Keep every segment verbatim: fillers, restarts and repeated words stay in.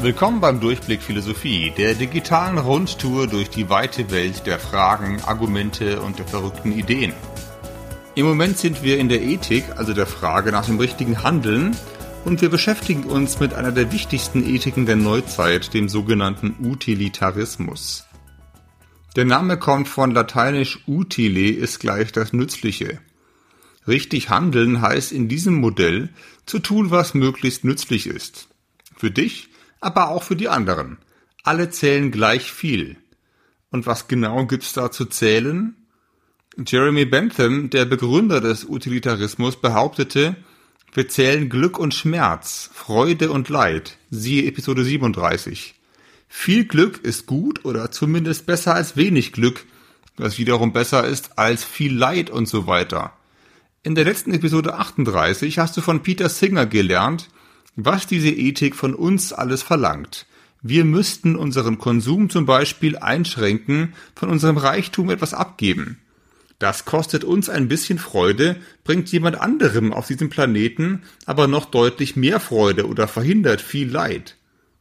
Willkommen beim Durchblick Philosophie, der digitalen Rundtour durch die weite Welt der Fragen, Argumente und der verrückten Ideen. Im Moment sind wir in der Ethik, also der Frage nach dem richtigen Handeln, und wir beschäftigen uns mit einer der wichtigsten Ethiken der Neuzeit, dem sogenannten Utilitarismus. Der Name kommt von lateinisch utile, ist gleich das Nützliche. Richtig handeln heißt in diesem Modell, zu tun, was möglichst nützlich ist. Für dich, aber auch für die anderen. Alle zählen gleich viel. Und was genau gibt's da zu zählen? Jeremy Bentham, der Begründer des Utilitarismus, behauptete, wir zählen Glück und Schmerz, Freude und Leid, siehe Episode siebenunddreißig. Viel Glück ist gut oder zumindest besser als wenig Glück, was wiederum besser ist als viel Leid und so weiter. In der letzten Episode achtunddreißig hast du von Peter Singer gelernt, was diese Ethik von uns alles verlangt. Wir müssten unseren Konsum zum Beispiel einschränken, von unserem Reichtum etwas abgeben. Das kostet uns ein bisschen Freude, bringt jemand anderem auf diesem Planeten aber noch deutlich mehr Freude oder verhindert viel Leid.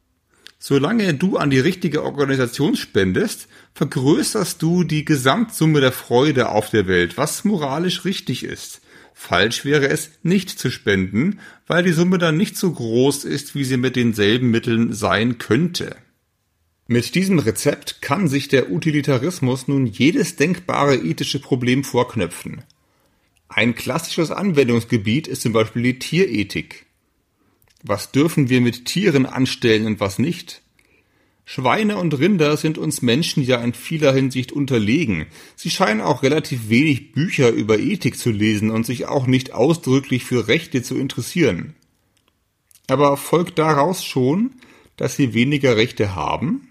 Solange du an die richtige Organisation spendest, vergrößerst du die Gesamtsumme der Freude auf der Welt, was moralisch richtig ist. Falsch wäre es, nicht zu spenden, weil die Summe dann nicht so groß ist, wie sie mit denselben Mitteln sein könnte. Mit diesem Rezept kann sich der Utilitarismus nun jedes denkbare ethische Problem vorknöpfen. Ein klassisches Anwendungsgebiet ist zum Beispiel die Tierethik. Was dürfen wir mit Tieren anstellen und was nicht? Schweine und Rinder sind uns Menschen ja in vieler Hinsicht unterlegen. Sie scheinen auch relativ wenig Bücher über Ethik zu lesen und sich auch nicht ausdrücklich für Rechte zu interessieren. Aber folgt daraus schon, dass sie weniger Rechte haben?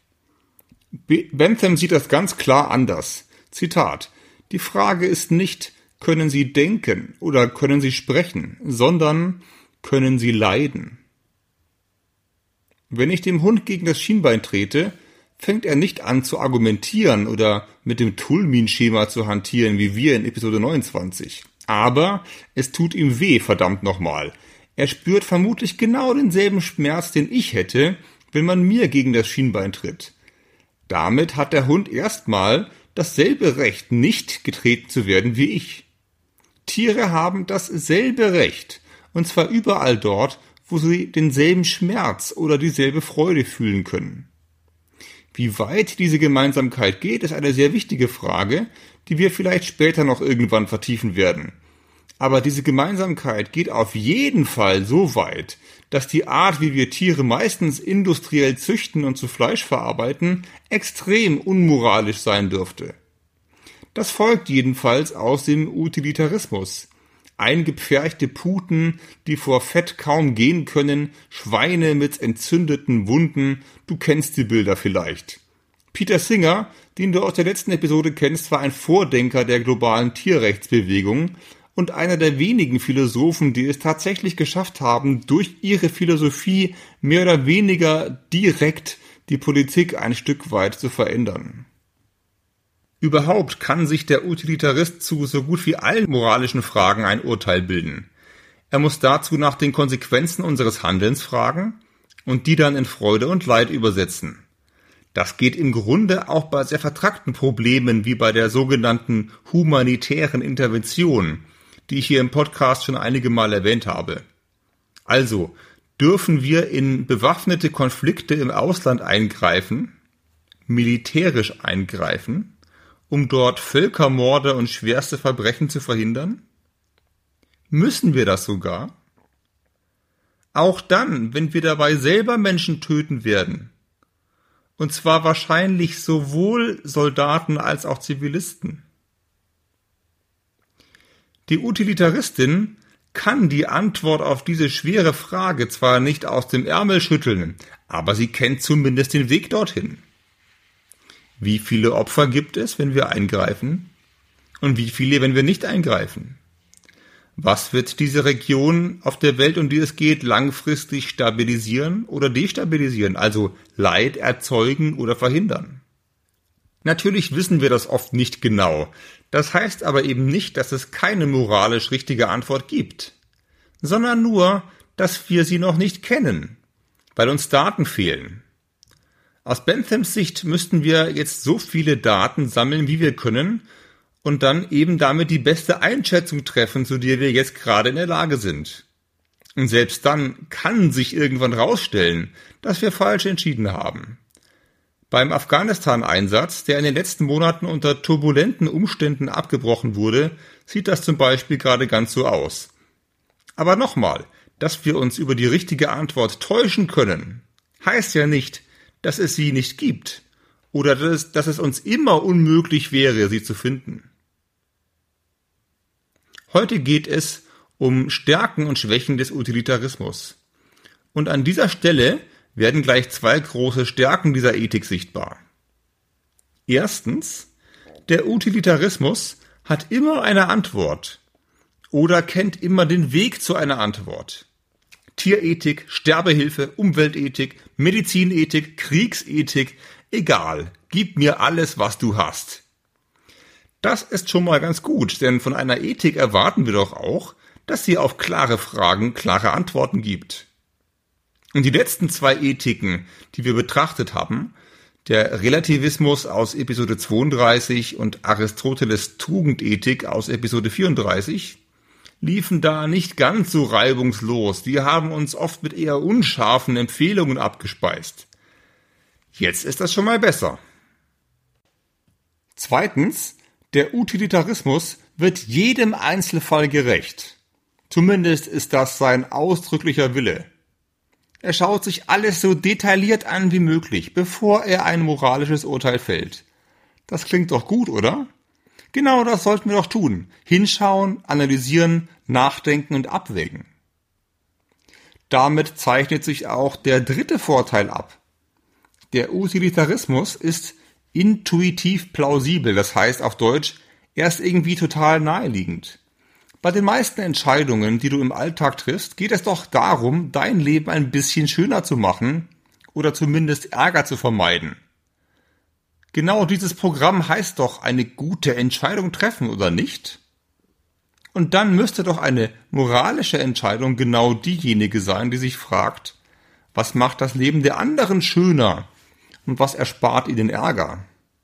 Bentham sieht das ganz klar anders. Zitat: Die Frage ist nicht, können sie denken oder können sie sprechen, sondern können sie leiden? Wenn ich dem Hund gegen das Schienbein trete, fängt er nicht an zu argumentieren oder mit dem Toulmin-Schema zu hantieren, wie wir in Episode neunundzwanzig. Aber es tut ihm weh, verdammt nochmal. Er spürt vermutlich genau denselben Schmerz, den ich hätte, wenn man mir gegen das Schienbein tritt. Damit hat der Hund erstmal dasselbe Recht, nicht getreten zu werden wie ich. Tiere haben dasselbe Recht, und zwar überall dort, wo sie denselben Schmerz oder dieselbe Freude fühlen können. Wie weit diese Gemeinsamkeit geht, ist eine sehr wichtige Frage, die wir vielleicht später noch irgendwann vertiefen werden. Aber diese Gemeinsamkeit geht auf jeden Fall so weit, dass die Art, wie wir Tiere meistens industriell züchten und zu Fleisch verarbeiten, extrem unmoralisch sein dürfte. Das folgt jedenfalls aus dem Utilitarismus. Eingepferchte Puten, die vor Fett kaum gehen können, Schweine mit entzündeten Wunden, du kennst die Bilder vielleicht. Peter Singer, den du aus der letzten Episode kennst, war ein Vordenker der globalen Tierrechtsbewegung und einer der wenigen Philosophen, die es tatsächlich geschafft haben, durch ihre Philosophie mehr oder weniger direkt die Politik ein Stück weit zu verändern. Überhaupt kann sich der Utilitarist zu so gut wie allen moralischen Fragen ein Urteil bilden. Er muss dazu nach den Konsequenzen unseres Handelns fragen und die dann in Freude und Leid übersetzen. Das geht im Grunde auch bei sehr vertrackten Problemen wie bei der sogenannten humanitären Intervention, die ich hier im Podcast schon einige Mal erwähnt habe. Also, dürfen wir in bewaffnete Konflikte im Ausland eingreifen, militärisch eingreifen, um dort Völkermorde und schwerste Verbrechen zu verhindern? Müssen wir das sogar? Auch dann, wenn wir dabei selber Menschen töten werden. Und zwar wahrscheinlich sowohl Soldaten als auch Zivilisten. Die Utilitaristin kann die Antwort auf diese schwere Frage zwar nicht aus dem Ärmel schütteln, aber sie kennt zumindest den Weg dorthin. Wie viele Opfer gibt es, wenn wir eingreifen? Und wie viele, wenn wir nicht eingreifen? Was wird diese Region auf der Welt, um die es geht, langfristig stabilisieren oder destabilisieren, also Leid erzeugen oder verhindern? Natürlich wissen wir das oft nicht genau. Das heißt aber eben nicht, dass es keine moralisch richtige Antwort gibt, sondern nur, dass wir sie noch nicht kennen. weil uns Daten fehlen. Aus Benthams Sicht müssten wir jetzt so viele Daten sammeln, wie wir können, und dann eben damit die beste Einschätzung treffen, zu der wir jetzt gerade in der Lage sind. Und selbst dann kann sich irgendwann rausstellen, dass wir falsch entschieden haben. Beim Afghanistan-Einsatz, der in den letzten Monaten unter turbulenten Umständen abgebrochen wurde, sieht das zum Beispiel gerade ganz so aus. Aber nochmal, dass wir uns über die richtige Antwort täuschen können, heißt ja nicht, dass es sie nicht gibt oder dass es, dass es uns immer unmöglich wäre, sie zu finden. Heute geht es um Stärken und Schwächen des Utilitarismus. Und an dieser Stelle werden gleich zwei große Stärken dieser Ethik sichtbar. Erstens, der Utilitarismus hat immer eine Antwort oder kennt immer den Weg zu einer Antwort. Tierethik, Sterbehilfe, Umweltethik, Medizinethik, Kriegsethik, egal, gib mir alles, was du hast. Das ist schon mal ganz gut, denn von einer Ethik erwarten wir doch auch, dass sie auf klare Fragen klare Antworten gibt. Und die letzten zwei Ethiken, die wir betrachtet haben, der Relativismus aus Episode zweiunddreißig und Aristoteles Tugendethik aus Episode vierunddreißig, liefen da nicht ganz so reibungslos. Die haben uns oft mit eher unscharfen Empfehlungen abgespeist. Jetzt ist das schon mal besser. Zweitens, der Utilitarismus wird jedem Einzelfall gerecht. Zumindest ist das sein ausdrücklicher Wille. Er schaut sich alles so detailliert an wie möglich, bevor er ein moralisches Urteil fällt. Das klingt doch gut, oder? Genau das sollten wir doch tun. Hinschauen, analysieren, nachdenken und abwägen. Damit zeichnet sich auch der dritte Vorteil ab. Der Utilitarismus ist intuitiv plausibel, das heißt auf Deutsch, er ist irgendwie total naheliegend. Bei den meisten Entscheidungen, die du im Alltag triffst, geht es doch darum, dein Leben ein bisschen schöner zu machen oder zumindest Ärger zu vermeiden. Genau dieses Programm heißt doch eine gute Entscheidung treffen, oder nicht? Und dann müsste doch eine moralische Entscheidung genau diejenige sein, die sich fragt, was macht das Leben der anderen schöner und was erspart ihnen Ärger?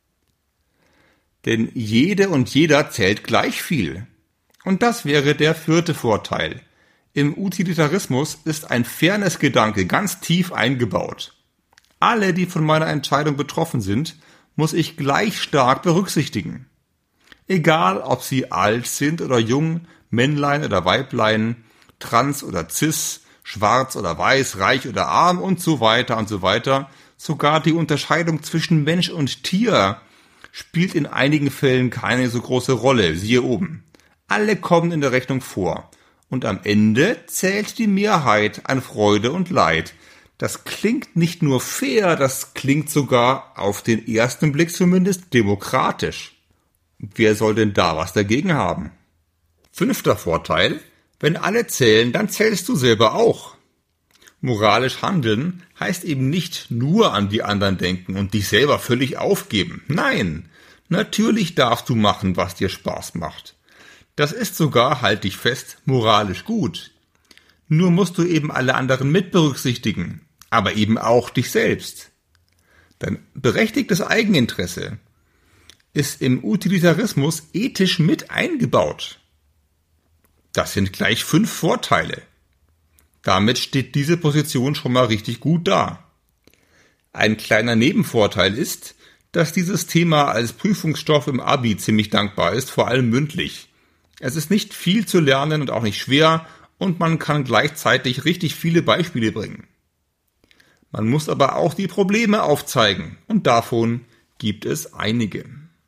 Denn jede und jeder zählt gleich viel. Und das wäre der vierte Vorteil. Im Utilitarismus ist ein Fairness-Gedanke ganz tief eingebaut. Alle, die von meiner Entscheidung betroffen sind, muss ich gleich stark berücksichtigen. Egal, ob sie alt sind oder jung, Männlein oder Weiblein, trans oder cis, schwarz oder weiß, reich oder arm und so weiter und so weiter. Sogar die Unterscheidung zwischen Mensch und Tier spielt in einigen Fällen keine so große Rolle, siehe oben. Alle kommen in der Rechnung vor. Und am Ende zählt die Mehrheit an Freude und Leid. Das klingt nicht nur fair, das klingt sogar auf den ersten Blick zumindest demokratisch. Wer soll denn da was dagegen haben? Fünfter Vorteil: Wenn alle zählen, dann zählst du selber auch. Moralisch handeln heißt eben nicht nur an die anderen denken und dich selber völlig aufgeben. Nein, natürlich darfst du machen, was dir Spaß macht. Das ist sogar, halt dich fest, moralisch gut. Nur musst du eben alle anderen mit berücksichtigen, aber eben auch dich selbst. Dein berechtigtes Eigeninteresse ist im Utilitarismus ethisch mit eingebaut. Das sind gleich fünf Vorteile. Damit steht diese Position schon mal richtig gut da. Ein kleiner Nebenvorteil ist, dass dieses Thema als Prüfungsstoff im Abi ziemlich dankbar ist, vor allem mündlich. Es ist nicht viel zu lernen und auch nicht schwer und man kann gleichzeitig richtig viele Beispiele bringen. Man muss aber auch die Probleme aufzeigen und davon gibt es einige.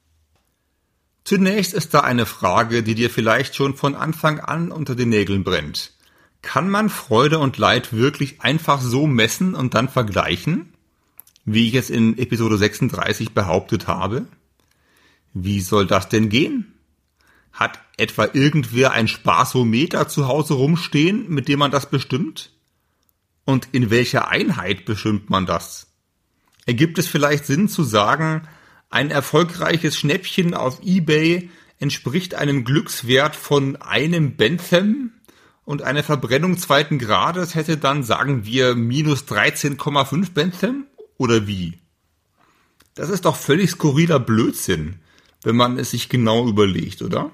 Zunächst ist da eine Frage, die dir vielleicht schon von Anfang an unter den Nägeln brennt. Kann man Freude und Leid wirklich einfach so messen und dann vergleichen, wie ich es in Episode sechsunddreißig behauptet habe? Wie soll das denn gehen? Hat etwa irgendwer ein Spaßometer zu Hause rumstehen, mit dem man das bestimmt? Und in welcher Einheit bestimmt man das? Ergibt es vielleicht Sinn zu sagen, ein erfolgreiches Schnäppchen auf eBay entspricht einem Glückswert von einem Bentham und eine Verbrennung zweiten Grades hätte dann, sagen wir, minus dreizehn Komma fünf Bentham? Oder wie? Das ist doch völlig skurriler Blödsinn, wenn man es sich genau überlegt, oder?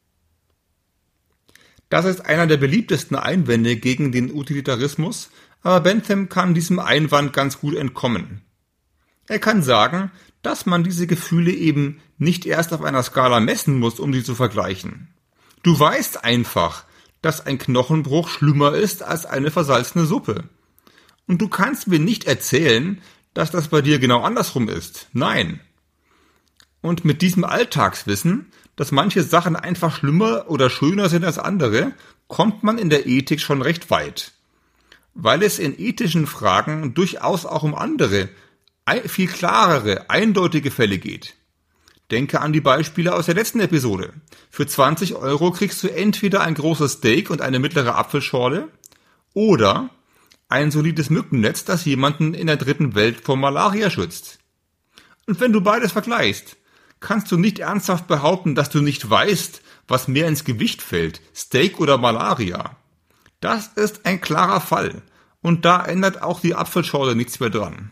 Das ist einer der beliebtesten Einwände gegen den Utilitarismus, aber Bentham kann diesem Einwand ganz gut entkommen. Er kann sagen, dass man diese Gefühle eben nicht erst auf einer Skala messen muss, um sie zu vergleichen. Du weißt einfach, dass ein Knochenbruch schlimmer ist als eine versalzene Suppe. Und du kannst mir nicht erzählen, dass das bei dir genau andersrum ist. Nein. Und mit diesem Alltagswissen, dass manche Sachen einfach schlimmer oder schöner sind als andere, kommt man in der Ethik schon recht weit. Weil es in ethischen Fragen durchaus auch um andere, viel klarere, eindeutige Fälle geht. Denke an die Beispiele aus der letzten Episode. Für zwanzig Euro kriegst du entweder ein großes Steak und eine mittlere Apfelschorle oder ein solides Mückennetz, das jemanden in der dritten Welt vor Malaria schützt. Und wenn du beides vergleichst, kannst du nicht ernsthaft behaupten, dass du nicht weißt, was mehr ins Gewicht fällt, Steak oder Malaria. Das ist ein klarer Fall und da ändert auch die Apfelschorle nichts mehr dran.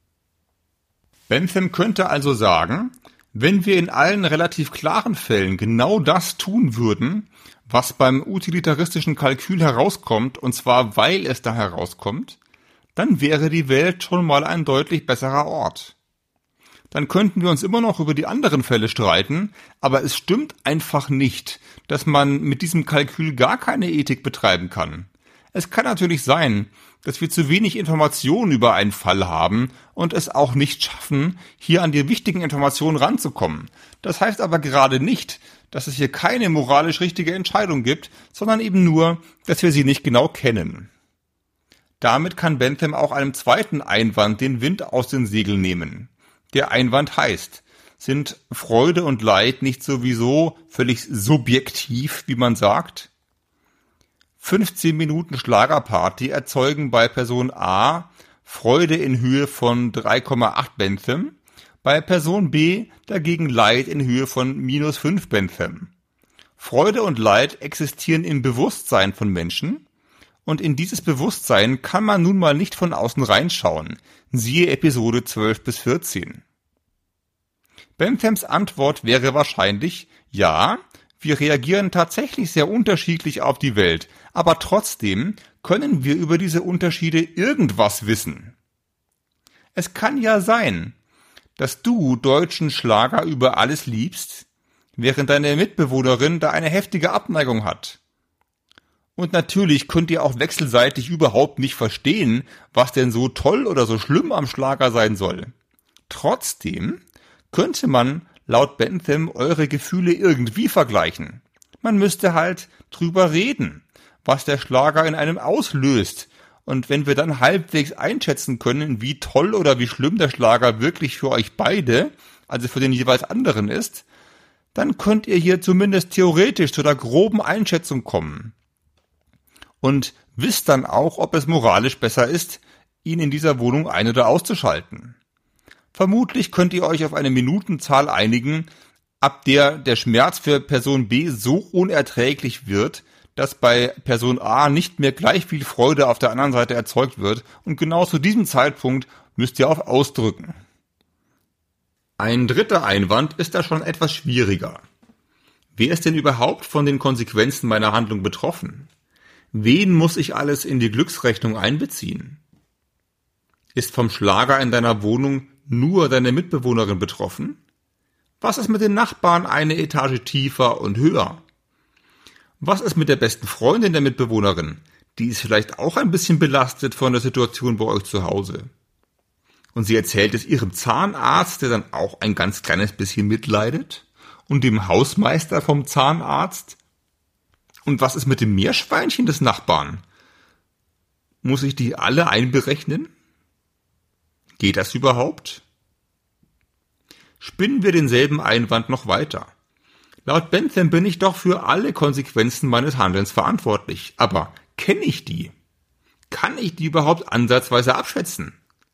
Bentham könnte also sagen, wenn wir in allen relativ klaren Fällen genau das tun würden, was beim utilitaristischen Kalkül herauskommt, und zwar weil es da herauskommt, dann wäre die Welt schon mal ein deutlich besserer Ort. Dann könnten wir uns immer noch über die anderen Fälle streiten, aber es stimmt einfach nicht, dass man mit diesem Kalkül gar keine Ethik betreiben kann. Es kann natürlich sein, dass wir zu wenig Informationen über einen Fall haben und es auch nicht schaffen, hier an die wichtigen Informationen ranzukommen. Das heißt aber gerade nicht, dass es hier keine moralisch richtige Entscheidung gibt, sondern eben nur, dass wir sie nicht genau kennen. Damit kann Bentham auch einem zweiten Einwand den Wind aus den Segeln nehmen. Der Einwand heißt, sind Freude und Leid nicht sowieso völlig subjektiv, wie man sagt? fünfzehn Minuten Schlagerparty erzeugen bei Person A Freude in Höhe von drei Komma acht Bentham, bei Person B dagegen Leid in Höhe von minus fünf Bentham. Freude und Leid existieren im Bewusstsein von Menschen und in dieses Bewusstsein kann man nun mal nicht von außen reinschauen, siehe Episode zwölf bis vierzehn. Benthams Antwort wäre wahrscheinlich, ja, wir reagieren tatsächlich sehr unterschiedlich auf die Welt, aber trotzdem können wir über diese Unterschiede irgendwas wissen. Es kann ja sein, dass du deutschen Schlager über alles liebst, während deine Mitbewohnerin da eine heftige Abneigung hat. Und natürlich könnt ihr auch wechselseitig überhaupt nicht verstehen, was denn so toll oder so schlimm am Schlager sein soll. Trotzdem könnte man laut Bentham eure Gefühle irgendwie vergleichen. Man müsste halt drüber reden, was der Schlager in einem auslöst. Und wenn wir dann halbwegs einschätzen können, wie toll oder wie schlimm der Schlager wirklich für euch beide, also für den jeweils anderen ist, dann könnt ihr hier zumindest theoretisch zu der groben Einschätzung kommen. Und wisst dann auch, ob es moralisch besser ist, ihn in dieser Wohnung ein- oder auszuschalten. Vermutlich könnt ihr euch auf eine Minutenzahl einigen, ab der der Schmerz für Person B so unerträglich wird, dass bei Person A nicht mehr gleich viel Freude auf der anderen Seite erzeugt wird und genau zu diesem Zeitpunkt müsst ihr auf Ausdrücken. Ein dritter Einwand ist da schon etwas schwieriger. Wer ist denn überhaupt von den Konsequenzen meiner Handlung betroffen? Wen muss ich alles in die Glücksrechnung einbeziehen? Ist vom Schlager in deiner Wohnung nur deine Mitbewohnerin betroffen? Was ist mit den Nachbarn eine Etage tiefer und höher? Was ist mit der besten Freundin der Mitbewohnerin? Die ist vielleicht auch ein bisschen belastet von der Situation bei euch zu Hause. Und sie erzählt es ihrem Zahnarzt, der dann auch ein ganz kleines bisschen mitleidet, und dem Hausmeister vom Zahnarzt. Und was ist mit dem Meerschweinchen des Nachbarn? Muss ich die alle einberechnen? Geht das überhaupt? Spinnen wir denselben Einwand noch weiter. Laut Bentham bin ich doch für alle Konsequenzen meines Handelns verantwortlich. Aber kenne ich die? Kann ich die überhaupt ansatzweise abschätzen?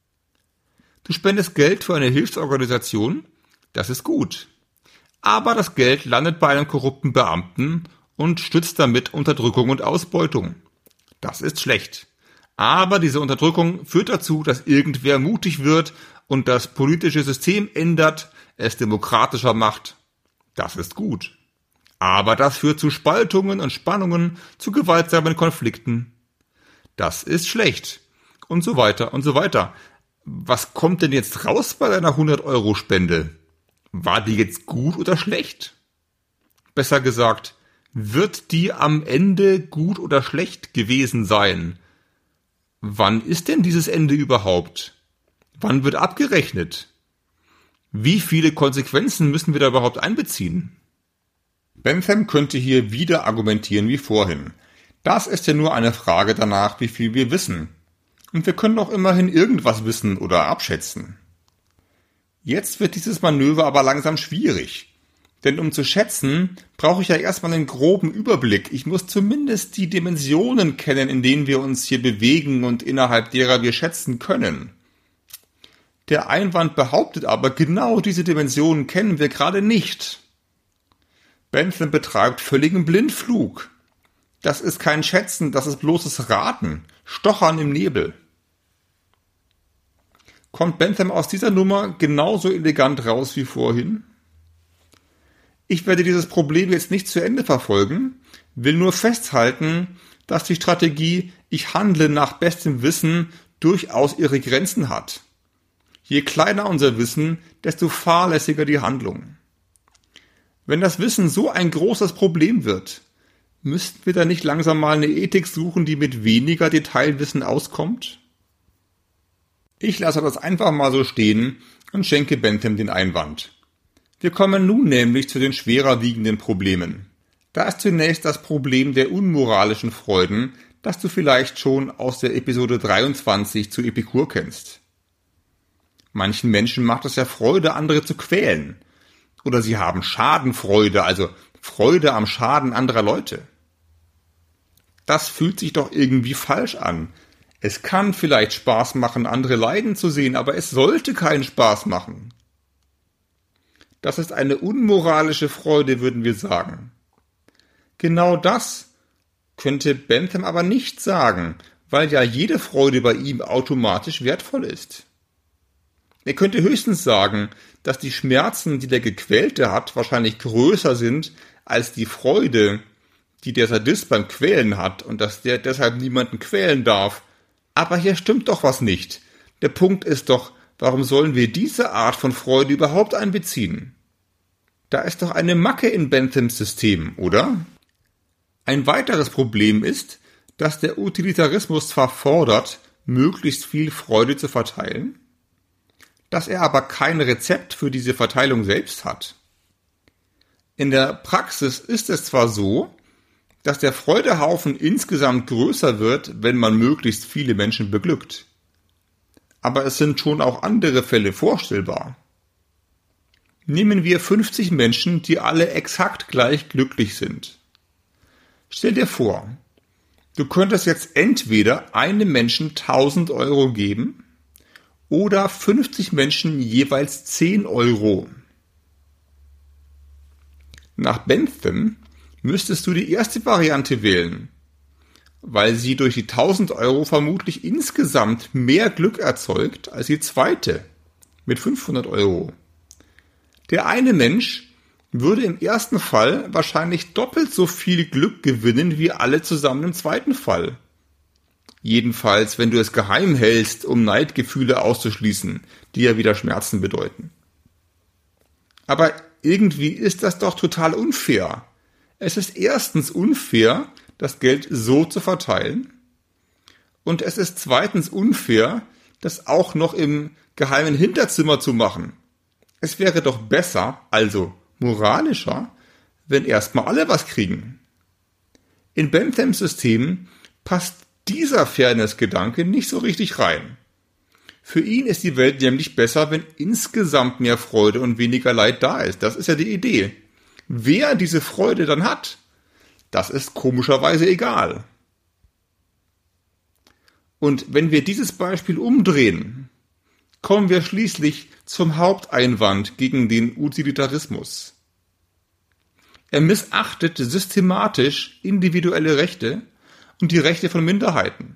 Du spendest Geld für eine Hilfsorganisation, das ist gut. Aber das Geld landet bei einem korrupten Beamten und stützt damit Unterdrückung und Ausbeutung. Das ist schlecht. Aber diese Unterdrückung führt dazu, dass irgendwer mutig wird und das politische System ändert, es demokratischer macht. Das ist gut. Aber das führt zu Spaltungen und Spannungen, zu gewaltsamen Konflikten. Das ist schlecht. Und so weiter und so weiter. Was kommt denn jetzt raus bei deiner hundert-Euro-Spende? War die jetzt gut oder schlecht? Besser gesagt, wird die am Ende gut oder schlecht gewesen sein? Wann ist denn dieses Ende überhaupt? Wann wird abgerechnet? Wie viele Konsequenzen müssen wir da überhaupt einbeziehen? Bentham könnte hier wieder argumentieren wie vorhin. Das ist ja nur eine Frage danach, wie viel wir wissen. Und wir können doch immerhin irgendwas wissen oder abschätzen. Jetzt wird dieses Manöver aber langsam schwierig. Denn um zu schätzen, brauche ich ja erstmal einen groben Überblick. Ich muss zumindest die Dimensionen kennen, in denen wir uns hier bewegen und innerhalb derer wir schätzen können. Der Einwand behauptet aber, genau diese Dimensionen kennen wir gerade nicht. Bentham betreibt völligen Blindflug. Das ist kein Schätzen, das ist bloßes Raten, Stochern im Nebel. Kommt Bentham aus dieser Nummer genauso elegant raus wie vorhin? Ich werde dieses Problem jetzt nicht zu Ende verfolgen, will nur festhalten, dass die Strategie "Ich handle nach bestem Wissen" durchaus ihre Grenzen hat. Je kleiner unser Wissen, desto fahrlässiger die Handlung. Wenn das Wissen so ein großes Problem wird, müssten wir da nicht langsam mal eine Ethik suchen, die mit weniger Detailwissen auskommt? Ich lasse das einfach mal so stehen und schenke Bentham den Einwand. Wir kommen nun nämlich zu den schwerer wiegenden Problemen. Da ist zunächst das Problem der unmoralischen Freuden, das du vielleicht schon aus der Episode dreiundzwanzig zu Epikur kennst. Manchen Menschen macht es ja Freude, andere zu quälen. Oder sie haben Schadenfreude, also Freude am Schaden anderer Leute. Das fühlt sich doch irgendwie falsch an. Es kann vielleicht Spaß machen, andere leiden zu sehen, aber es sollte keinen Spaß machen. Das ist eine unmoralische Freude, würden wir sagen. Genau das könnte Bentham aber nicht sagen, weil ja jede Freude bei ihm automatisch wertvoll ist. Er könnte höchstens sagen, dass die Schmerzen, die der Gequälte hat, wahrscheinlich größer sind als die Freude, die der Sadist beim Quälen hat und dass der deshalb niemanden quälen darf. Aber hier stimmt doch was nicht. Der Punkt ist doch, warum sollen wir diese Art von Freude überhaupt einbeziehen? Da ist doch eine Macke in Benthams System, oder? Ein weiteres Problem ist, dass der Utilitarismus zwar fordert, möglichst viel Freude zu verteilen, dass er aber kein Rezept für diese Verteilung selbst hat. In der Praxis ist es zwar so, dass der Freudehaufen insgesamt größer wird, wenn man möglichst viele Menschen beglückt. Aber es sind schon auch andere Fälle vorstellbar. Nehmen wir fünfzig Menschen, die alle exakt gleich glücklich sind. Stell dir vor, du könntest jetzt entweder einem Menschen tausend Euro geben oder fünfzig Menschen jeweils zehn Euro. Nach Bentham müsstest du die erste Variante wählen, weil sie durch die tausend Euro vermutlich insgesamt mehr Glück erzeugt als die zweite mit fünfhundert Euro. Der eine Mensch würde im ersten Fall wahrscheinlich doppelt so viel Glück gewinnen wie alle zusammen im zweiten Fall. Jedenfalls, wenn du es geheim hältst, um Neidgefühle auszuschließen, die ja wieder Schmerzen bedeuten. Aber irgendwie ist das doch total unfair. Es ist erstens unfair, das Geld so zu verteilen, und es ist zweitens unfair, das auch noch im geheimen Hinterzimmer zu machen. Es wäre doch besser, also moralischer, wenn erstmal alle was kriegen. In Benthams System passt dieser Fairness-Gedanke nicht so richtig rein. Für ihn ist die Welt nämlich besser, wenn insgesamt mehr Freude und weniger Leid da ist. Das ist ja die Idee. Wer diese Freude dann hat, das ist komischerweise egal. Und wenn wir dieses Beispiel umdrehen, kommen wir schließlich zum Haupteinwand gegen den Utilitarismus. Er missachtet systematisch individuelle Rechte und die Rechte von Minderheiten.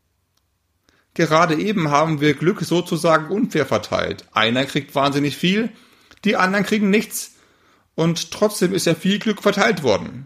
Gerade eben haben wir Glück sozusagen unfair verteilt. Einer kriegt wahnsinnig viel, die anderen kriegen nichts und trotzdem ist ja viel Glück verteilt worden.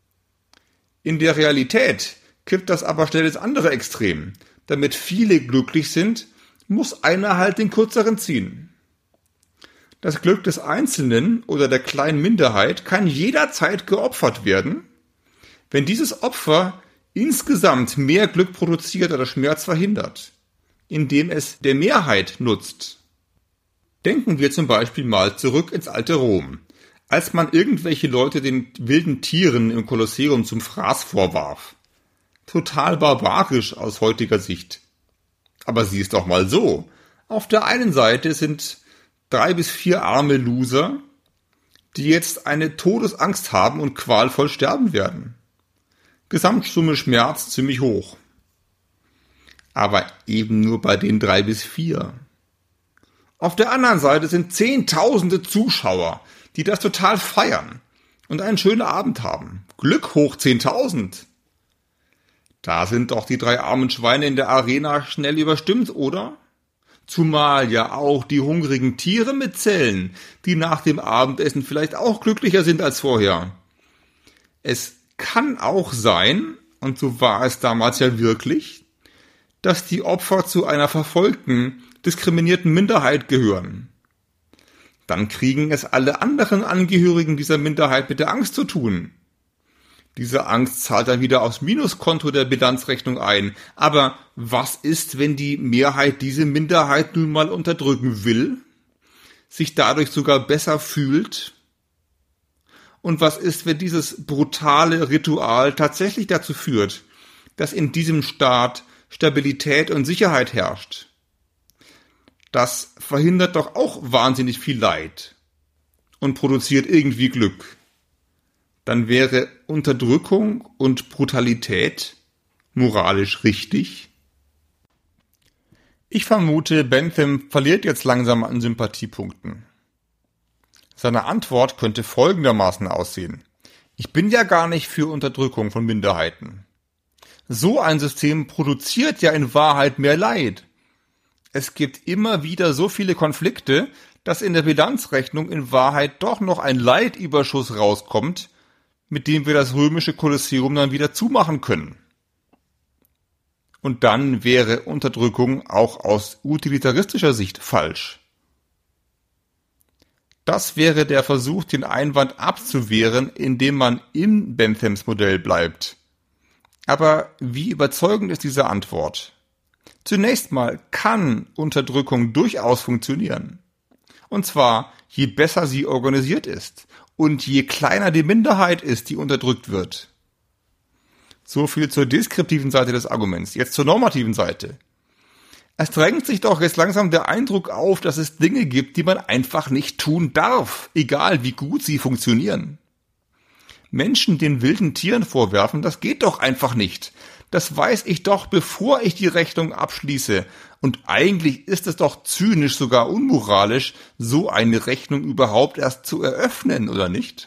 In der Realität kippt das aber schnell ins andere Extrem. Damit viele glücklich sind, muss einer halt den Kürzeren ziehen. Das Glück des Einzelnen oder der kleinen Minderheit kann jederzeit geopfert werden, wenn dieses Opfer insgesamt mehr Glück produziert oder Schmerz verhindert, indem es der Mehrheit nutzt. Denken wir zum Beispiel mal zurück ins alte Rom, als man irgendwelche Leute den wilden Tieren im Kolosseum zum Fraß vorwarf. Total barbarisch aus heutiger Sicht. Aber sieh es doch mal so. Auf der einen Seite sind drei bis vier arme Loser, die jetzt eine Todesangst haben und qualvoll sterben werden. Gesamtsumme Schmerz ziemlich hoch. Aber eben nur bei den drei bis vier. Auf der anderen Seite sind zehntausende Zuschauer, die das total feiern und einen schönen Abend haben. Glück hoch zehntausend. Da sind doch die drei armen Schweine in der Arena schnell überstimmt, oder? Zumal ja auch die hungrigen Tiere mitzählen, die nach dem Abendessen vielleicht auch glücklicher sind als vorher. Es kann auch sein, und so war es damals ja wirklich, dass die Opfer zu einer verfolgten, diskriminierten Minderheit gehören. Dann kriegen es alle anderen Angehörigen dieser Minderheit mit der Angst zu tun. Diese Angst zahlt dann wieder aufs Minuskonto der Bilanzrechnung ein. Aber was ist, wenn die Mehrheit diese Minderheit nun mal unterdrücken will, sich dadurch sogar besser fühlt? Und was ist, wenn dieses brutale Ritual tatsächlich dazu führt, dass in diesem Staat Stabilität und Sicherheit herrscht? Das verhindert doch auch wahnsinnig viel Leid und produziert irgendwie Glück. Dann wäre Unterdrückung und Brutalität moralisch richtig? Ich vermute, Bentham verliert jetzt langsam an Sympathiepunkten. Seine Antwort könnte folgendermaßen aussehen. Ich bin ja gar nicht für Unterdrückung von Minderheiten. So ein System produziert ja in Wahrheit mehr Leid. Es gibt immer wieder so viele Konflikte, dass in der Bilanzrechnung in Wahrheit doch noch ein Leidüberschuss rauskommt, mit dem wir das römische Kolosseum dann wieder zumachen können. Und dann wäre Unterdrückung auch aus utilitaristischer Sicht falsch. Das wäre der Versuch, den Einwand abzuwehren, indem man in Benthams Modell bleibt. Aber wie überzeugend ist diese Antwort? Zunächst mal kann Unterdrückung durchaus funktionieren. Und zwar, je besser sie organisiert ist und je kleiner die Minderheit ist, die unterdrückt wird. So viel zur deskriptiven Seite des Arguments. Jetzt zur normativen Seite. Es drängt sich doch jetzt langsam der Eindruck auf, dass es Dinge gibt, die man einfach nicht tun darf, egal wie gut sie funktionieren. Menschen den wilden Tieren vorwerfen, das geht doch einfach nicht. Das weiß ich doch, bevor ich die Rechnung abschließe. Und eigentlich ist es doch zynisch, sogar unmoralisch, so eine Rechnung überhaupt erst zu eröffnen, oder nicht?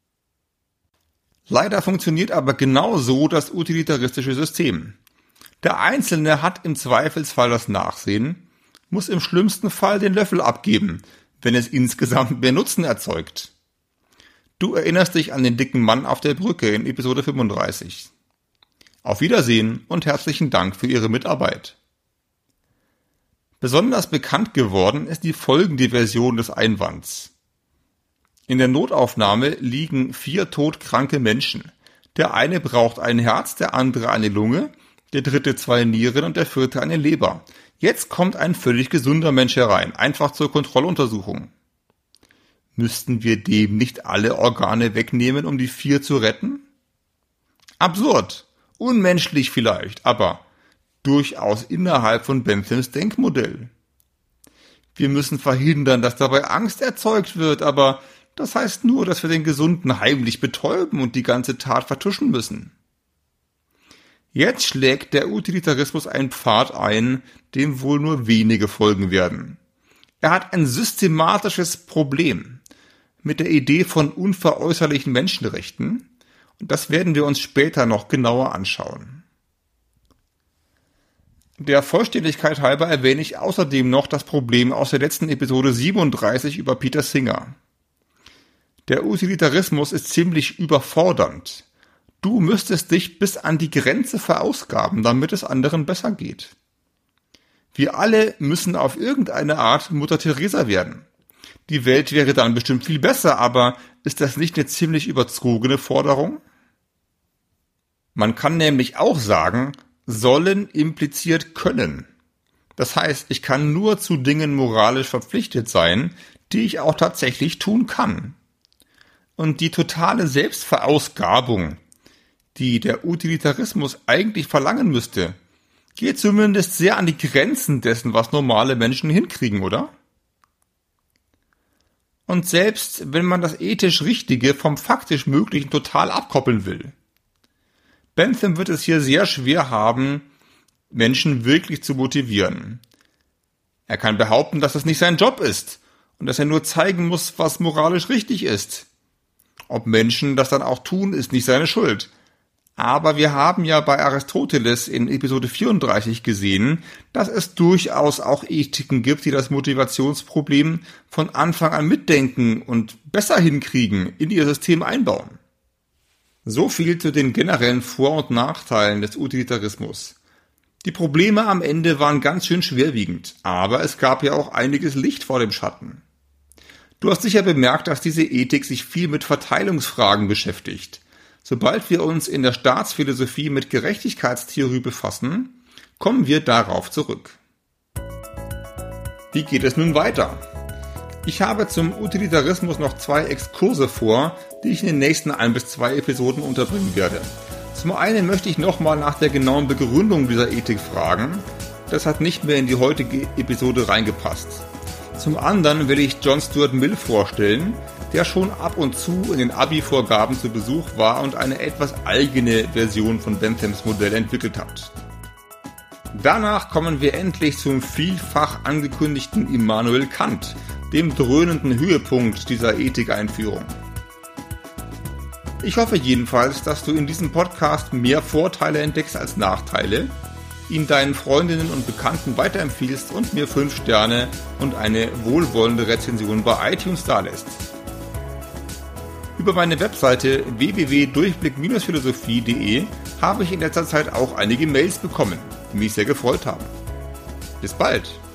Leider funktioniert aber genau so das utilitaristische System. Der Einzelne hat im Zweifelsfall das Nachsehen, muss im schlimmsten Fall den Löffel abgeben, wenn es insgesamt mehr Nutzen erzeugt. Du erinnerst dich an den dicken Mann auf der Brücke in Episode fünfunddreißig. Auf Wiedersehen und herzlichen Dank für Ihre Mitarbeit. Besonders bekannt geworden ist die folgende Version des Einwands. In der Notaufnahme liegen vier todkranke Menschen. Der eine braucht ein Herz, der andere eine Lunge, der dritte zwei Nieren und der vierte eine Leber. Jetzt kommt ein völlig gesunder Mensch herein, einfach zur Kontrolluntersuchung. Müssten wir dem nicht alle Organe wegnehmen, um die vier zu retten? Absurd. Unmenschlich vielleicht, aber durchaus innerhalb von Benthams Denkmodell. Wir müssen verhindern, dass dabei Angst erzeugt wird, aber das heißt nur, dass wir den Gesunden heimlich betäuben und die ganze Tat vertuschen müssen. Jetzt schlägt der Utilitarismus einen Pfad ein, dem wohl nur wenige folgen werden. Er hat ein systematisches Problem. mit der Idee von unveräußerlichen Menschenrechten. Und das werden wir uns später noch genauer anschauen. Der Vollständigkeit halber erwähne ich außerdem noch das Problem aus der letzten Episode siebenunddreißig über Peter Singer. Der Utilitarismus ist ziemlich überfordernd. Du müsstest dich bis an die Grenze verausgaben, damit es anderen besser geht. Wir alle müssen auf irgendeine Art Mutter Teresa werden. Die Welt wäre dann bestimmt viel besser, aber ist das nicht eine ziemlich überzogene Forderung? Man kann nämlich auch sagen, sollen impliziert können. Das heißt, ich kann nur zu Dingen moralisch verpflichtet sein, die ich auch tatsächlich tun kann. Und die totale Selbstverausgabung, die der Utilitarismus eigentlich verlangen müsste, geht zumindest sehr an die Grenzen dessen, was normale Menschen hinkriegen, oder? Und selbst wenn man das ethisch Richtige vom faktisch Möglichen total abkoppeln will, Bentham wird es hier sehr schwer haben, Menschen wirklich zu motivieren. Er kann behaupten, dass es nicht sein Job ist und dass er nur zeigen muss, was moralisch richtig ist. Ob Menschen das dann auch tun, ist nicht seine Schuld. Aber wir haben ja bei Aristoteles in Episode vierunddreißig gesehen, dass es durchaus auch Ethiken gibt, die das Motivationsproblem von Anfang an mitdenken und besser hinkriegen, in ihr System einbauen. So viel zu den generellen Vor- und Nachteilen des Utilitarismus. Die Probleme am Ende waren ganz schön schwerwiegend, aber es gab ja auch einiges Licht vor dem Schatten. Du hast sicher bemerkt, dass diese Ethik sich viel mit Verteilungsfragen beschäftigt. Sobald wir uns in der Staatsphilosophie mit Gerechtigkeitstheorie befassen, kommen wir darauf zurück. Wie geht es nun weiter? Ich habe zum Utilitarismus noch zwei Exkurse vor, die ich in den nächsten ein bis zwei Episoden unterbringen werde. Zum einen möchte ich nochmal nach der genauen Begründung dieser Ethik fragen. Das hat nicht mehr in die heutige Episode reingepasst. Zum anderen will ich John Stuart Mill vorstellen, der schon ab und zu in den Abi-Vorgaben zu Besuch war und eine etwas eigene Version von Benthams Modell entwickelt hat. Danach kommen wir endlich zum vielfach angekündigten Immanuel Kant, dem dröhnenden Höhepunkt dieser Ethikeinführung. Ich hoffe jedenfalls, dass du in diesem Podcast mehr Vorteile entdeckst als Nachteile, ihn deinen Freundinnen und Bekannten weiterempfiehlst und mir fünf Sterne und eine wohlwollende Rezension bei iTunes dalässt. Über meine Webseite w w w punkt durchblick Philosophie punkt de habe ich in letzter Zeit auch einige Mails bekommen, die mich sehr gefreut haben. Bis bald!